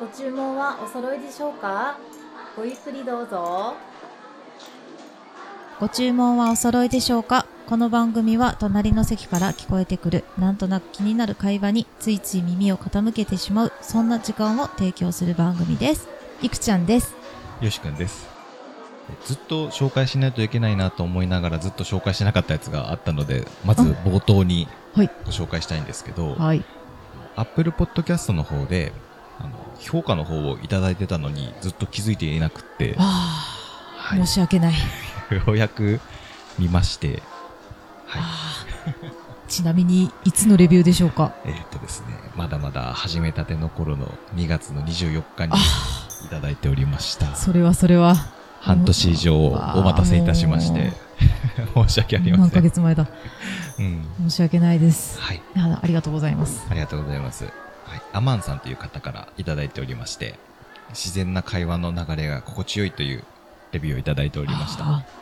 ご注文はお揃いでしょうか？ごゆっくりどうぞ。 ご注文はお揃いでしょうか？この番組は隣の席から聞こえてくるなんとなく気になる会話についつい耳を傾けてしまう、そんな時間を提供する番組です。いくちゃんです。 よしくんです。ずっと紹介しないといけないなと思いながらずっと紹介しなかったやつがあったので、まず冒頭にご紹介したいんですけど、 はい、 Apple Podcast の方で評価の方をいただいてたのにずっと気づいていなくって、 はい、申し訳ない。 ようやく見まして、はい、 ちなみにいつのレビューでしょうか？ ですね、まだまだ始めたての頃の2月の24日にいただいておりました。 それは半年以上お待たせいたしまして申し訳ありません。 何ヶ月前だ、申し訳ないです、 はい、 ありがとうございます。 ありがとうございます。はい、アマンさんという方からいただいておりまして、自然な会話の流れが心地よいというレビューをいただいておりました。はい、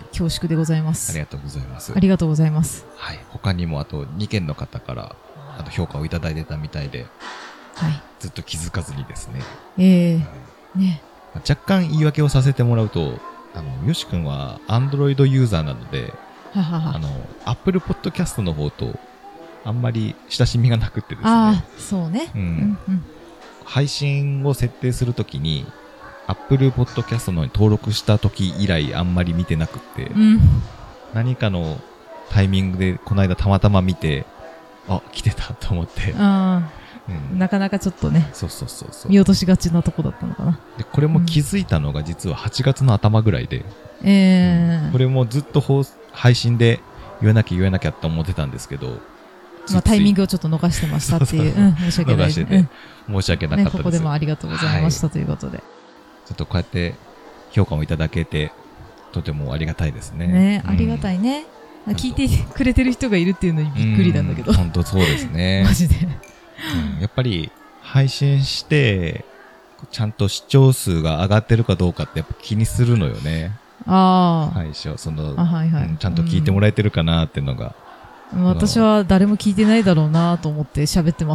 恐縮でございます。 ありがとうございます。 ありがとうございます。 はい、他にもあと2件の方から評価をいただいてたみたいで、 はい、 ずっと気づかずにですね。 ね。 若干言い訳をさせてもらうと、よしくんは Android ユーザーなので、Apple Podcast の方とあんまり親しみがなくってですね。 そうね。 配信を設定するときに、Apple Podcast のに登録したとき以来あんまり見てなくって、何かのタイミングでこの間たまたま見て、来てたと思って。 なかなかちょっとね、 そう見落としがちなとこだったのかな。 で、これも気づいたのが実は8月の頭ぐらいで、これもずっと配信で言わなきゃって思ってたんですけど、 タイミングをちょっと逃してましたっていう、申し訳ない。 逃してて、申し訳なかったです。 ここでもありがとうございましたということで。 ちょっとこうやって評価もいただけて、とてもありがたいですね。 ありがたいね。聞いてくれてる人がいるっていうのにびっくりなんだけど。 本当そうですね。 マジで。 やっぱり配信してちゃんと視聴数が上がってるかどうかってやっぱ気にするのよね。最初ちゃんと聞いてもらえてるかなっていうのが。 私は誰も聞いてないだろうなと思って喋ってます。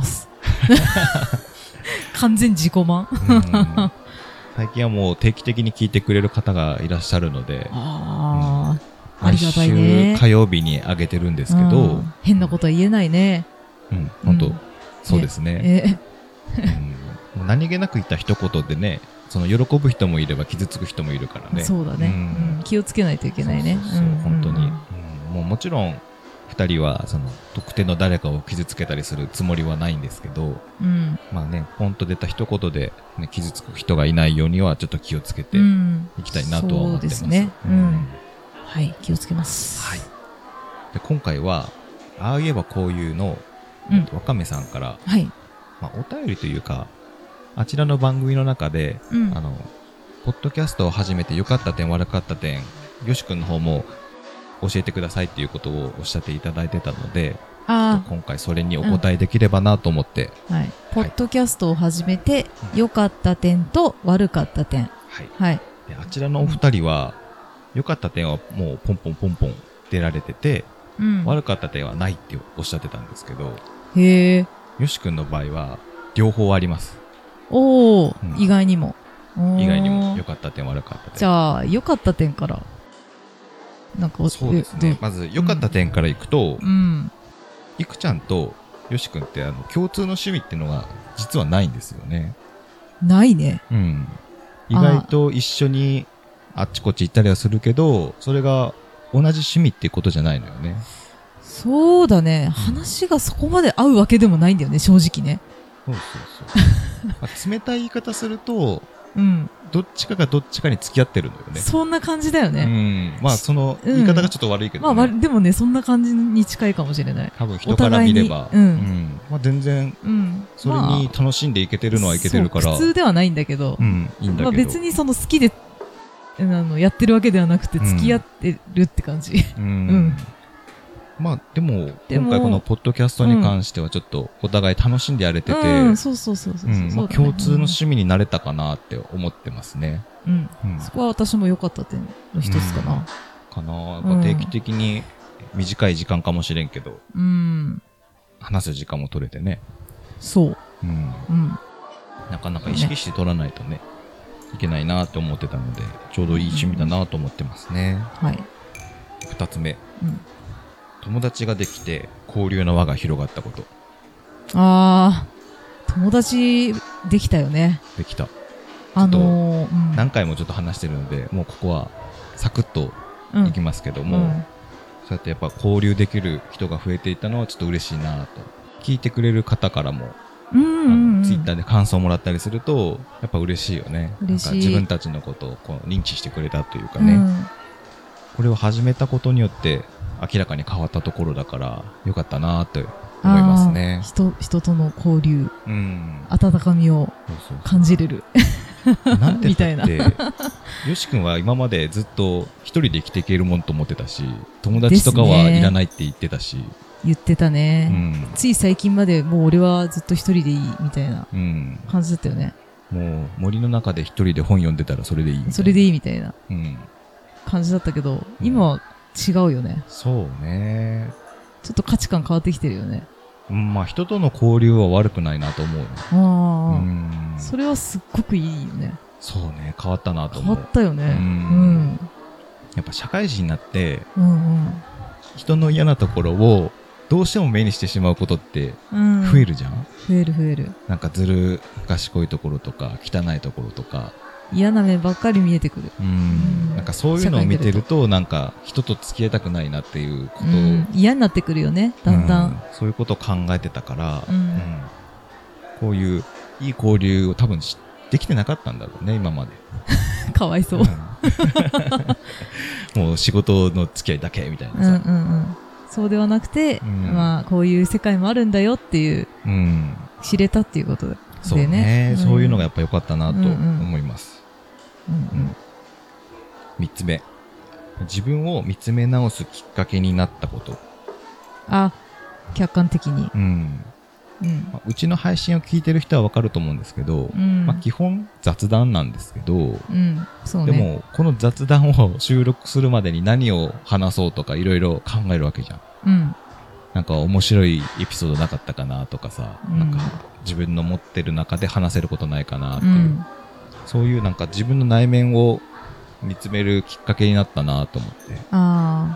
完全自己満。 最近はもう定期的に聞いてくれる方がいらっしゃるので、 ありがたいね。 毎週火曜日に上げてるんですけど、 変なことは言えないね。 本当そうですね。何気なく言った一言でね、その喜ぶ人もいれば傷つく人もいるからね。 そうだね。気をつけないといけないね。 本当に。もちろん2人はその特定の誰かを傷つけたりするつもりはないんですけど、まあね、ポンと出た一言で傷つく人がいないようにはちょっと気をつけていきたいなとは思ってます。そうですね。 はい、気をつけます。 はい。で、今回はああ言えばこういうのわかめさんから、お便りというか、あちらの番組の中で、ポッドキャストを始めて良かった点、悪かった点、よしくんの方も教えてくださいっていうことをおっしゃっていただいてたので、今回それにお答えできればなと思って。 ポッドキャストを始めて良かった点と悪かった点。 で、あちらのお二人は、良かった点はもうポンポン出られてて、悪かった点はないっておっしゃってたんですけど、よしくんの場合は両方あります。 意外にも良かった点悪かった点。 じゃあ良かった点からそうですね。まず良かった点からいくと、いくちゃんとよしくんって共通の趣味っていうのが実はないんですよね。 ないね。 意外と一緒にあっちこっち行ったりはするけど、それが同じ趣味っていうことじゃないのよね。 そうだね。話がそこまで合うわけでもないんだよね、正直ね。 冷たい言い方すると、どっちかがどっちかに付き合ってるのよね。 そんな感じだよね。 まあその言い方がちょっと悪いけどね。 でもね、そんな感じに近いかもしれない。 多分人から見れば、全然それに楽しんでいけてるのはいけてるから。 普通ではないんだけど、 いいんだけど。 別にその好きでやってるわけではなくて付き合ってるって感じ。 まあでも今回このポッドキャストに関してはちょっとお互い楽しんでやれてて、共通の趣味になれたかなって思ってますね。 そこは私も良かった点の一つかな。 やっぱ定期的に短い時間かもしれんけど、話す時間も取れてね。 そう。 なかなか意識して取らないとね、いけないなって思ってたので、ちょうどいい趣味だなと思ってますね。 はい。 2つ目、友達ができて交流の輪が広がったこと。 友達できたよね。 できた。何回もちょっと話してるので、もうここはサクッといきますけども、そうやってやっぱ交流できる人が増えていたのはちょっと嬉しいなと。聞いてくれる方からも、ツイッターで感想をもらったりするとやっぱ嬉しいよね。なんか自分たちのことをこう認知してくれたというかね、これを始めたことによって明らかに変わったところだからよかったなと思いますね。 人との交流、温かみを感じれる。 なんて言ってよし君は今までずっと一人で生きていけるもんと思ってたし、友達とかはいらないって言ってたし、 言ってたね、つい最近までもう俺はずっと一人でいいみたいな感じだったよね。 もう森の中で一人で本読んでたらそれでいいみたいな、 それでいいみたいな感じだったけど、今は違うよね。 そうね、 ちょっと価値観変わってきてるよね。 まあ人との交流は悪くないなと思うね。 それはすっごくいいよね。 そうね、変わったなと思う。 変わったよね。 やっぱ社会人になって、人の嫌なところをどうしても目にしてしまうことって増えるじゃん。 増える。 なんかずる賢いところとか汚いところとか嫌な面ばっかり見えてくる。 なんかそういうのを見てるとなんか人と付き合いたくないなっていうことを、 嫌になってくるよね、だんだん。 そういうことを考えてたから、こういういい交流を多分できてなかったんだろうね、今まで。 かわいそう。 もう仕事の付き合いだけみたいなさ。 そうではなくて、まあこういう世界もあるんだよっていう、知れたっていうことでね。 そうね、そういうのがやっぱ良かったなと思います。3つ目、自分を見つめ直すきっかけになったこと。 客観的に。 うちの配信を聞いてる人は分かると思うんですけど、基本雑談なんですけど、でもこの雑談を収録するまでに何を話そうとかいろいろ考えるわけじゃん。なんか面白いエピソードなかったかなとかさ、なんか自分の持ってる中で話せることないかなっていう、そういうなんか自分の内面を見つめるきっかけになったなと思って。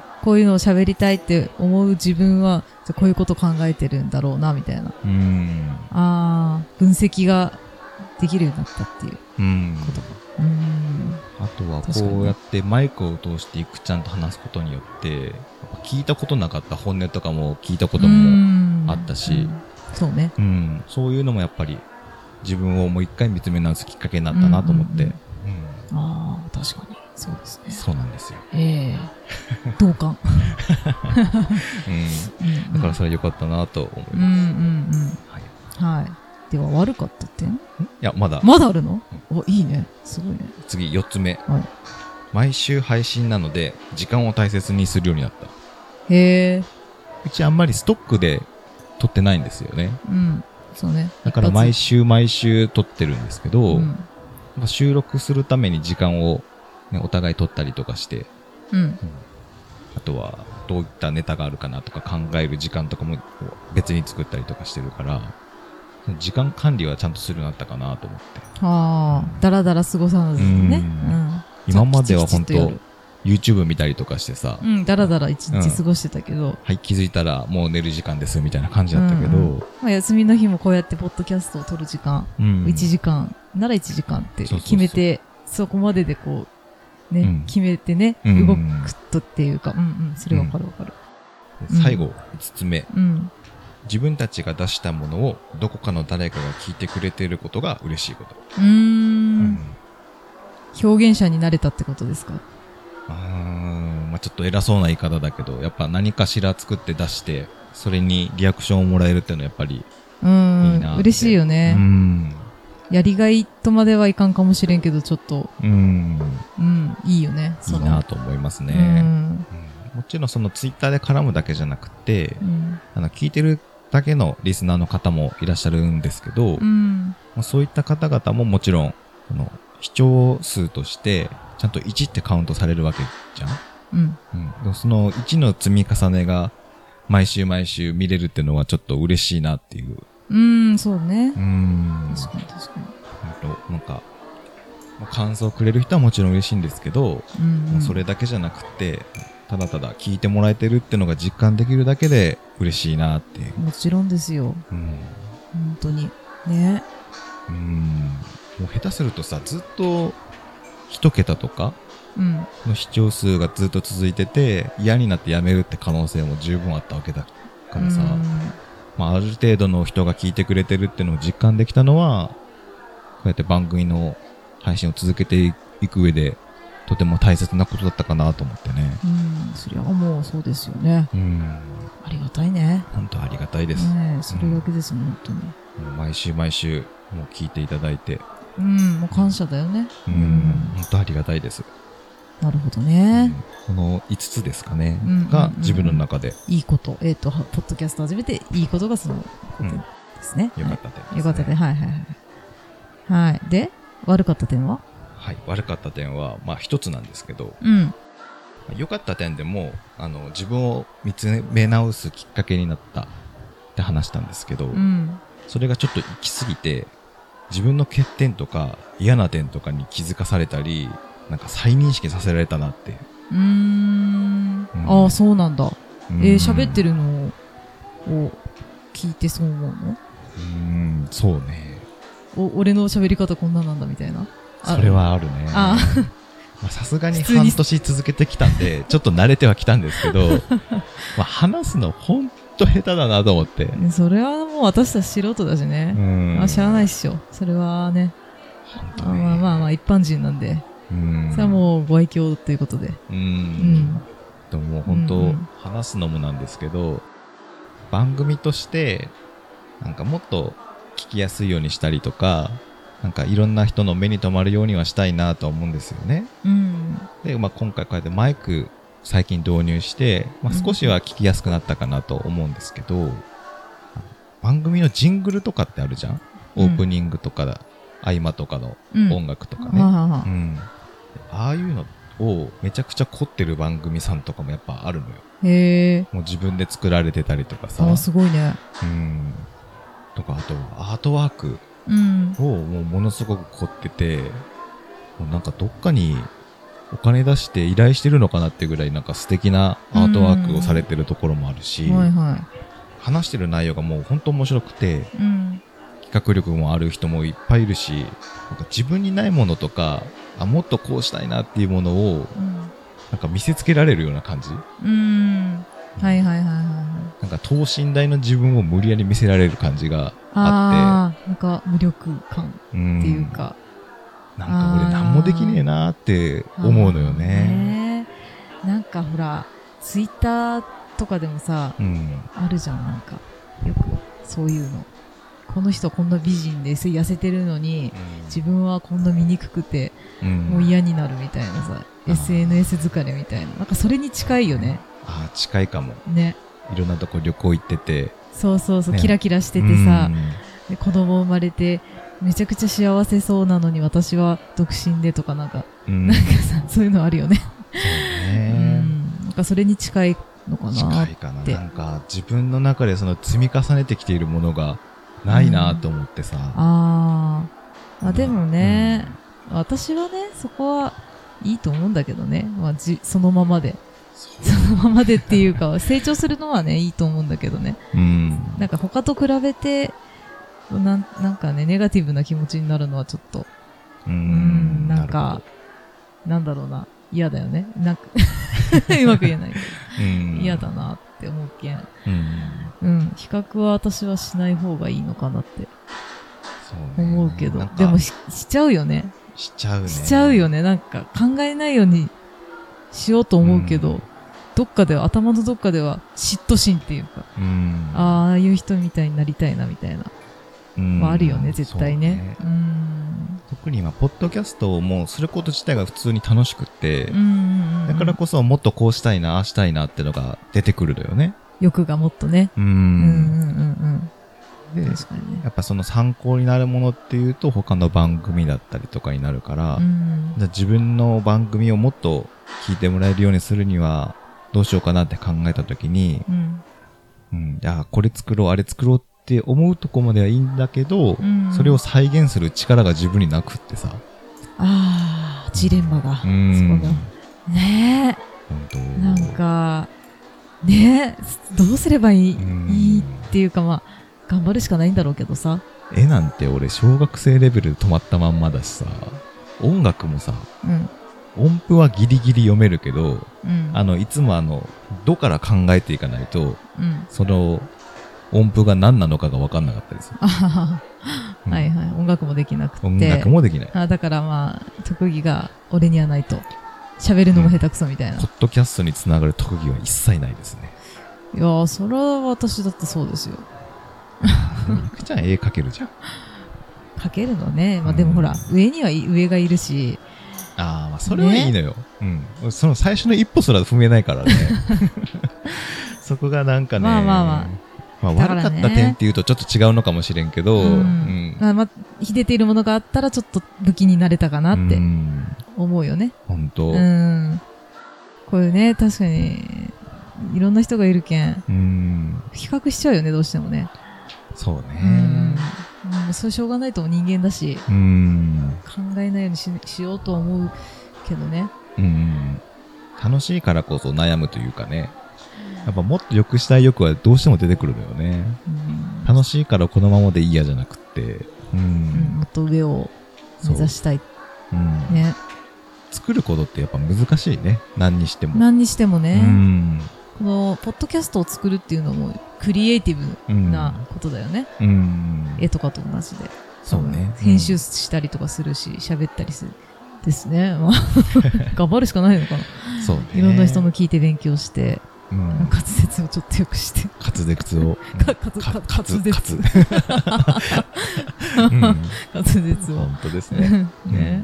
こういうのを喋りたいって思う自分はこういうこと考えてるんだろうなみたいな。分析ができるようになったっていうことか。 あとはこうやってマイクを通していくちゃんと話すことによって聞いたことなかった本音とかも聞いたこともあったし、 そうね、 そういうのもやっぱり自分をもう一回見つめ直すきっかけになったなと思って。 確かにそうですね。 そうなんですよ。 同感。 だからそれは良かったなと思います。 では悪かった点？いや、まだあるの？いいね、すごいね。 次4つ目、毎週配信なので時間を大切にするようになった。うちあんまりストックで撮ってないんですよね。 そうね。 だから毎週撮ってるんですけど、収録するために時間を、お互い取ったりとかして、あとはどういったネタがあるかなとか考える時間とかも別に作ったりとかしてるから、時間管理はちゃんとするようになったかなと思って。 だらだら過ごさずにね。 今までは本当 YouTube 見たりとかしてさ、 だらだら一日過ごしてたけど、 気づいたらもう寝る時間ですみたいな感じだったけど、 休みの日もこうやってポッドキャストを撮る時間、1時間なら1時間って決めて、そこまででこうね、決めてね、動くとっていうか、それわかるわかる。 最後5つ目、自分たちが出したものをどこかの誰かが聞いてくれていることが嬉しいこと。 表現者になれたってことですか？ ちょっと偉そうな言い方だけど、やっぱ何かしら作って出してそれにリアクションをもらえるっていうのはやっぱりいいなって。 嬉しいよね。やりがいとまではいかんかもしれんけど、ちょっといいよね。 いいなと思いますね。もちろんそのツイッターで絡むだけじゃなくて、聞いてるだけのリスナーの方もいらっしゃるんですけど、そういった方々ももちろん視聴数としてちゃんと1ってカウントされるわけじゃん。でもその1の積み重ねが毎週見れるっていうのはちょっと嬉しいなっていう。 そうね。確かに。 なんか、感想をくれる人はもちろん嬉しいんですけど、もうそれだけじゃなくて、ただただ聞いてもらえてるってのが実感できるだけで嬉しいなっていう。 もちろんですよ。本当に。ね。 もう下手するとさ、ずっと一桁とかの視聴数がずっと続いてて、嫌になってやめるって可能性も十分あったわけだからさ、ある程度の人が聞いてくれてるってのを実感できたのは、こうやって番組の配信を続けていく上でとても大切なことだったかなと思ってね。 そりゃもうそうですよね。ありがたいね。 本当ありがたいです。 それだけです、本当に。 毎週毎週もう聞いていただいて、 もう感謝だよね。 本当ありがたいです。 なるほどね。 この5つですかね、が自分の中でいいこと、ポッドキャスト始めていいことがそのことですね。 よかった点ですね。 よかった点、はいはいはい。はい。で、悪かった点は？ はい、悪かった点は一つなんですけど、良かった点でも自分を見つめ直すきっかけになったって話したんですけど、それがちょっと行き過ぎて自分の欠点とか嫌な点とかに気づかされたり、なんか再認識させられたなって。 ああ、そうなんだ。喋ってるのを聞いてそう思うの？ そうね。 俺の喋り方こんななんだみたいな。 それはあるね。さすがに半年続けてきたんで、ちょっと慣れてはきたんですけど、話すのほんと下手だなと思って。 それはもう私たち素人だしね。しゃあないっしょ。それはね。まあ一般人なんで。それはもうご愛嬌ということで。 でももう本当、話すのもなんですけど、番組としてなんかもっと聞きやすいようにしたりとか、なんかいろんな人の目に留まるようにはしたいなとは思うんですよね。で、今回こうやってマイク最近導入して、少しは聞きやすくなったかなと思うんですけど、番組のジングルとかってあるじゃん。オープニングとか合間とかの音楽とかね。ああいうのをめちゃくちゃ凝ってる番組さんとかもやっぱあるのよ。もう自分で作られてたりとかさ。 すごいね。 とか、あとアートワークをもうものすごく凝ってて、もうなんかどっかにお金出して依頼してるのかなっていうぐらいなんか素敵なアートワークをされてるところもあるし、話してる内容がもう本当面白くて、企画力もある人もいっぱいいるし、なんか自分にないものとか、もっとこうしたいなっていうものを、なんか見せつけられるような感じ。なんか等身大の自分を無理やり見せられる感じがあって、 なんか無力感っていうか、 なんか俺何もできねえなーって思うのよね。 なんかほらツイッターとかでもさ、あるじゃん、なんかよくそういうの。この人こんな美人で痩せてるのに、自分はこんな醜くて、もう嫌になるみたいなさ、SNS 疲れみたいな、なんかそれに近いよね。 近いかもね。 いろんなとこ旅行行ってて、 ね、キラキラしててさ、で子供生まれてめちゃくちゃ幸せそうなのに私は独身でとかなんかさ、そういうのあるよね。 そうね。 なんかそれに近いのかなって。近いかな。 なんか自分の中でその積み重ねてきているものがないなと思ってさ。 でもね、私はね、そこはいいと思うんだけどね。そのままで。そのままでっていうか、成長するのはね、いいと思うんだけどね。なんか他と比べて、なんかね、ネガティブな気持ちになるのはちょっと、なんか、なんだろうな、嫌だよね。なんか、うまく言えないけど、嫌だなって思うけん。比較は私はしない方がいいのかなって思うけど、でもしちゃうよね。 しちゃうね。 しちゃうよね。なんか考えないようにしようと思うけど、どっかでは、頭のどっかでは嫉妬心っていうか、ああいう人みたいになりたいなみたいな、あるよね、絶対ね。 特に今、ポッドキャストをもうすること自体が普通に楽しくって、だからこそもっとこうしたいな、ああしたいなってのが出てくるのよね。 欲がもっとね。 で、やっぱその参考になるものっていうと他の番組だったりとかになるから、じゃあ自分の番組をもっと聞いてもらえるようにするにはどうしようかなって考えたときに、じゃあこれ作ろうあれ作ろうっって思うとこまではいいんだけど、うん、それを再現する力が自分になくってさ。 ああ、ジレンマが。そうだ。ねえ。本当。なんか、ねえ、どうすればいいっていうか、まあ、頑張るしかないんだろうけどさ。 絵なんて俺、小学生レベルで止まったまんまだしさ、音楽もさ、音符はギリギリ読めるけど、いつもどから考えていかないと、その音符が何なのかが分かんなかったりする。 はいはい、音楽もできなくて。 音楽もできない。 だからまあ、特技が俺にはないと。喋るのも下手くそみたいな。 ポッドキャストにつながる特技は一切ないですね。 いやー、それは私だってそうですよ。 いくちゃん絵描けるじゃん。 描けるのね。まあでもほら、上には上がいるし。 まあそれはいいのよ。その最初の一歩すら踏めないからね。そこがなんかね。まあ悪かった点っていうとちょっと違うのかもしれんけど。 秀でているものがあったらちょっと武器になれたかなって思うよね。 本当。 これね、確かに、いろんな人がいるけん。比較しちゃうよね、どうしてもね。 そうね。 それしょうがないとも人間だし、考えないように しようと思うけどね。 楽しいからこそ悩むというかね。やっぱもっと良くしたい欲はどうしても出てくるのよね。楽しいからこのままでいいやじゃなくて、 もっと上を目指したい。ね。 作ることってやっぱ難しいね。何にしても。 何にしてもね。このポッドキャストを作るっていうのもクリエイティブなことだよね。絵とかと同じで。 そうね。 編集したりとかするし、喋ったりする。ですね。頑張るしかないのかな。 そうね。 いろんな人の聞いて勉強して、滑舌をちょっとよくして。 滑舌を。 滑舌。滑舌を。 本当ですね。ね。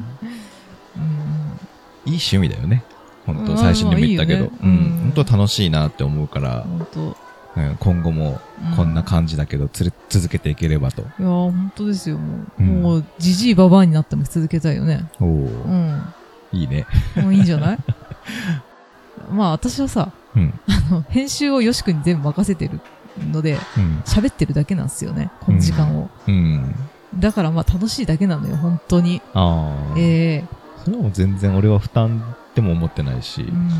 いい趣味だよね。本当最初にも言ったけど、本当楽しいなって思うから、今後もこんな感じだけど続けていければと。いや本当ですよ。もうじじいばばあになっても続けたいよね。 いいね。 もういいんじゃない？まあ私はさ、編集をよしくんに全部任せてるので喋ってるだけなんですよね。この時間を。だからまあ楽しいだけなのよ本当に。 それも全然俺は負担っても思ってないし。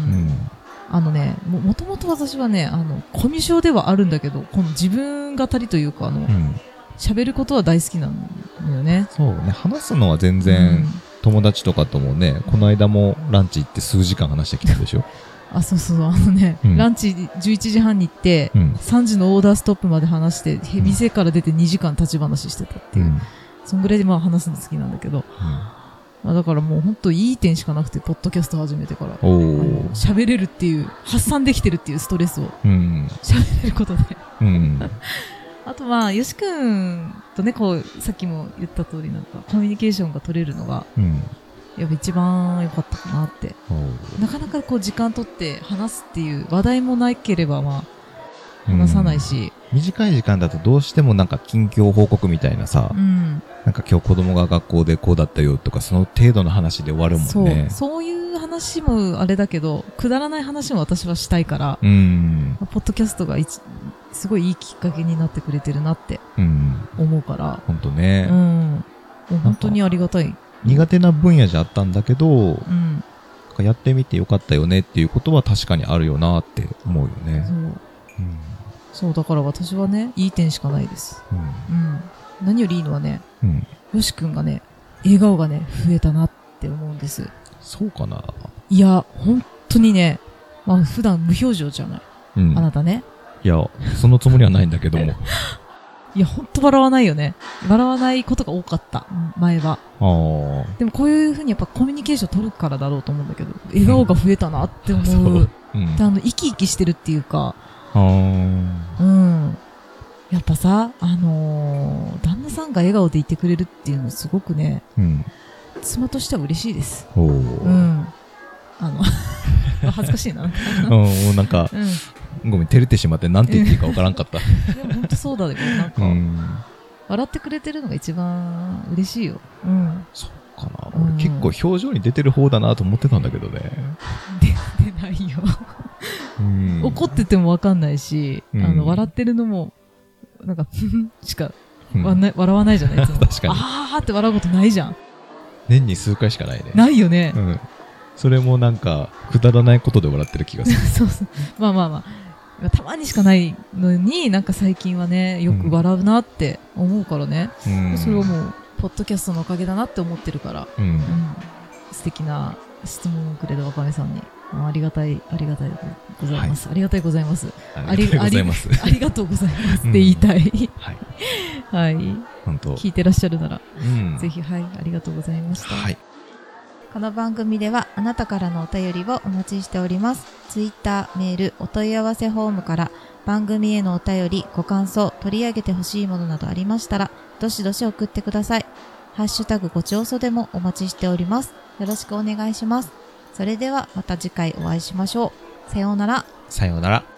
もともと私はね、コミュ障ではあるんだけど、この自分語りというか、喋ることは大好きなのよね。 そうね、話すのは全然、友達とかともね、この間もランチ行って数時間話してきたでしょ。 そうそう、ランチ11時半に行って、3時のオーダーストップまで話して、店から出て2時間立ち話してたっていう。そんぐらいでまあ話すの好きなんだけど、だからもう本当いい点しかなくて、ポッドキャスト始めてから。喋れるっていう、発散できてるっていうストレスを。喋れることで。あとまあ、よしくんとね、こう、さっきも言った通りなんか、コミュニケーションが取れるのが、やっぱ一番良かったかなって。なかなかこう、時間取って話すっていう話題もなければまあ、話さないし。 短い時間だとどうしてもなんか近況報告みたいなさ、なんか今日子供が学校でこうだったよとか、その程度の話で終わるもんね。 そういう話もあれだけど、くだらない話も私はしたいから、ポッドキャストがすごいいいきっかけになってくれてるなって思うから。 本当ね。 本当にありがたい。 苦手な分野じゃあったんだけど、やってみてよかったよねっていうことは確かにあるよなって思うよね。 そう、だから私はね、いい点しかないです。何よりいいのはね、よしくんがね、笑顔がね、増えたなって思うんです。 そうかな。 いや、本当にね、まあ普段無表情じゃない。あなたね。 いや、そのつもりはないんだけども。 いや、本当笑わないよね。笑わないことが多かった、前は。でもこういう風にやっぱコミュニケーション取るからだろうと思うんだけど、笑顔が増えたなって思う。生き生きしてるっていうか、やっぱさ、旦那さんが笑顔でいてくれるっていうのすごくね、妻としては嬉しいです。恥ずかしいな。 なんか、ごめん、照れてしまってなんて言っていいかわからんかった。 でも本当そうだよ。なんか、笑ってくれてるのが一番嬉しいよ。 そうかな。俺結構表情に出てる方だなと思ってたんだけどね。 出ないよ。怒っててもわかんないし、笑ってるのも、 なんか、しか笑わないじゃないいつも。 確かに。 あーって笑うことないじゃん。 年に数回しかないね。 ないよね。 うん。それもなんか、くだらないことで笑ってる気がする。 そうそう。まあまあまあ。たまにしかないのに、なんか最近はね、よく笑うなって思うからね。それはもう、ポッドキャストのおかげだなって思ってるから。素敵な質問をくれた若めさんに。ありがたいございます。ありがたいございます。 ありがとうございます。 ありがとうございますって言いたい。はい。 本当。 聞いてらっしゃるなら、ぜひ、はい、ありがとうございました。はい。この番組ではあなたからのお便りをお待ちしております。ツイッター、メール、お問い合わせフォームから番組へのお便り、ご感想、取り上げてほしいものなどありましたら、どしどし送ってください。ハッシュタグごちおそでもお待ちしております。よろしくお願いします。それではまた次回お会いしましょう。さようなら。 さようなら。